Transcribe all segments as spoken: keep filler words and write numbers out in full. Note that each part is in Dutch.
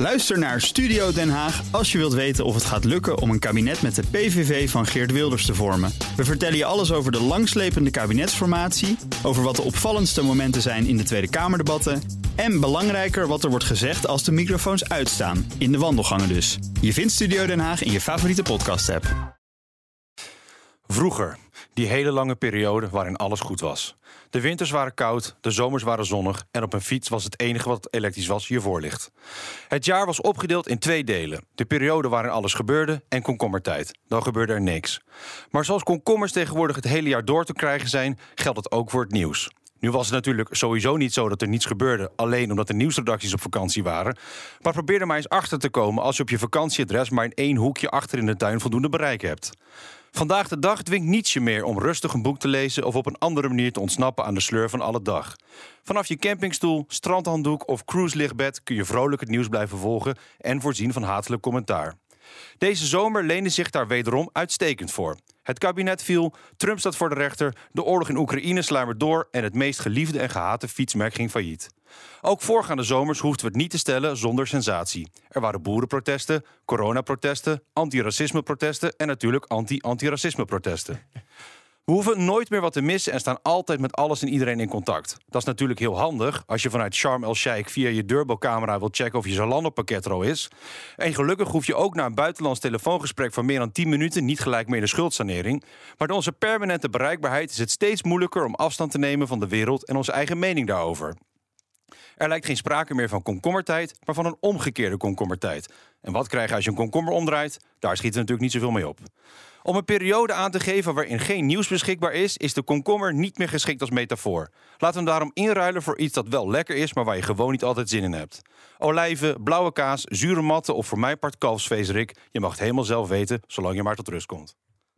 Luister naar Studio Den Haag als je wilt weten of het gaat lukken om een kabinet met de P V V van Geert Wilders te vormen. We vertellen je alles over de langslepende kabinetsformatie, over wat de opvallendste momenten zijn in de Tweede Kamerdebatten en belangrijker wat er wordt gezegd als de microfoons uitstaan, in de wandelgangen dus. Je vindt Studio Den Haag in je favoriete podcast-app. Vroeger, die hele lange periode waarin alles goed was. De winters waren koud, de zomers waren zonnig en op een fiets was het enige wat elektrisch was je voorlicht. Het jaar was opgedeeld in twee delen. De periode waarin alles gebeurde en komkommertijd. Dan gebeurde er niks. Maar zoals komkommers tegenwoordig het hele jaar door te krijgen zijn, geldt het ook voor het nieuws. Nu was het natuurlijk sowieso niet zo dat er niets gebeurde, alleen omdat de nieuwsredacties op vakantie waren. Maar probeer er maar eens achter te komen als je op je vakantieadres maar in één hoekje achter in de tuin voldoende bereik hebt. Vandaag de dag dwingt niets je meer om rustig een boek te lezen of op een andere manier te ontsnappen aan de sleur van alle dag. Vanaf je campingstoel, strandhanddoek of cruiselichtbed kun je vrolijk het nieuws blijven volgen en voorzien van hatelijk commentaar. Deze zomer leende zich daar wederom uitstekend voor. Het kabinet viel, Trump staat voor de rechter, de oorlog in Oekraïne sluimert door en het meest geliefde en gehate fietsmerk ging failliet. Ook voorgaande zomers hoefden we het niet te stellen zonder sensatie. Er waren boerenprotesten, coronaprotesten, antiracismeprotesten en natuurlijk anti-antiracismeprotesten. We hoeven nooit meer wat te missen en staan altijd met alles en iedereen in contact. Dat is natuurlijk heel handig als je vanuit Sharm el-Sheikh via je deurbelcamera wilt checken of je Zalando-pakket er al is. En gelukkig hoef je ook na een buitenlands telefoongesprek van meer dan tien minuten niet gelijk meer de schuldsanering. Maar door onze permanente bereikbaarheid is het steeds moeilijker om afstand te nemen van de wereld en onze eigen mening daarover. Er lijkt geen sprake meer van komkommertijd, maar van een omgekeerde komkommertijd. En wat krijg je als je een komkommer omdraait? Daar schiet er natuurlijk niet zoveel mee op. Om een periode aan te geven waarin geen nieuws beschikbaar is, is de komkommer niet meer geschikt als metafoor. Laten we hem daarom inruilen voor iets dat wel lekker is, maar waar je gewoon niet altijd zin in hebt. Olijven, blauwe kaas, zure matten of voor mijn part kalfsvleesrik. Je mag het helemaal zelf weten, zolang je maar tot rust komt.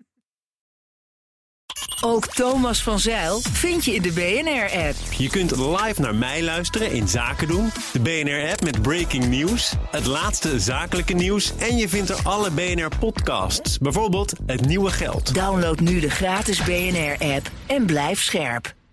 Ook Thomas van Zijl vind je in de B N R-app. Je kunt live naar mij luisteren in Zaken doen, de B N R-app met breaking news, het laatste zakelijke nieuws en je vindt er alle B N R-podcasts, bijvoorbeeld Het Nieuwe Geld. Download nu de gratis B N R-app en blijf scherp.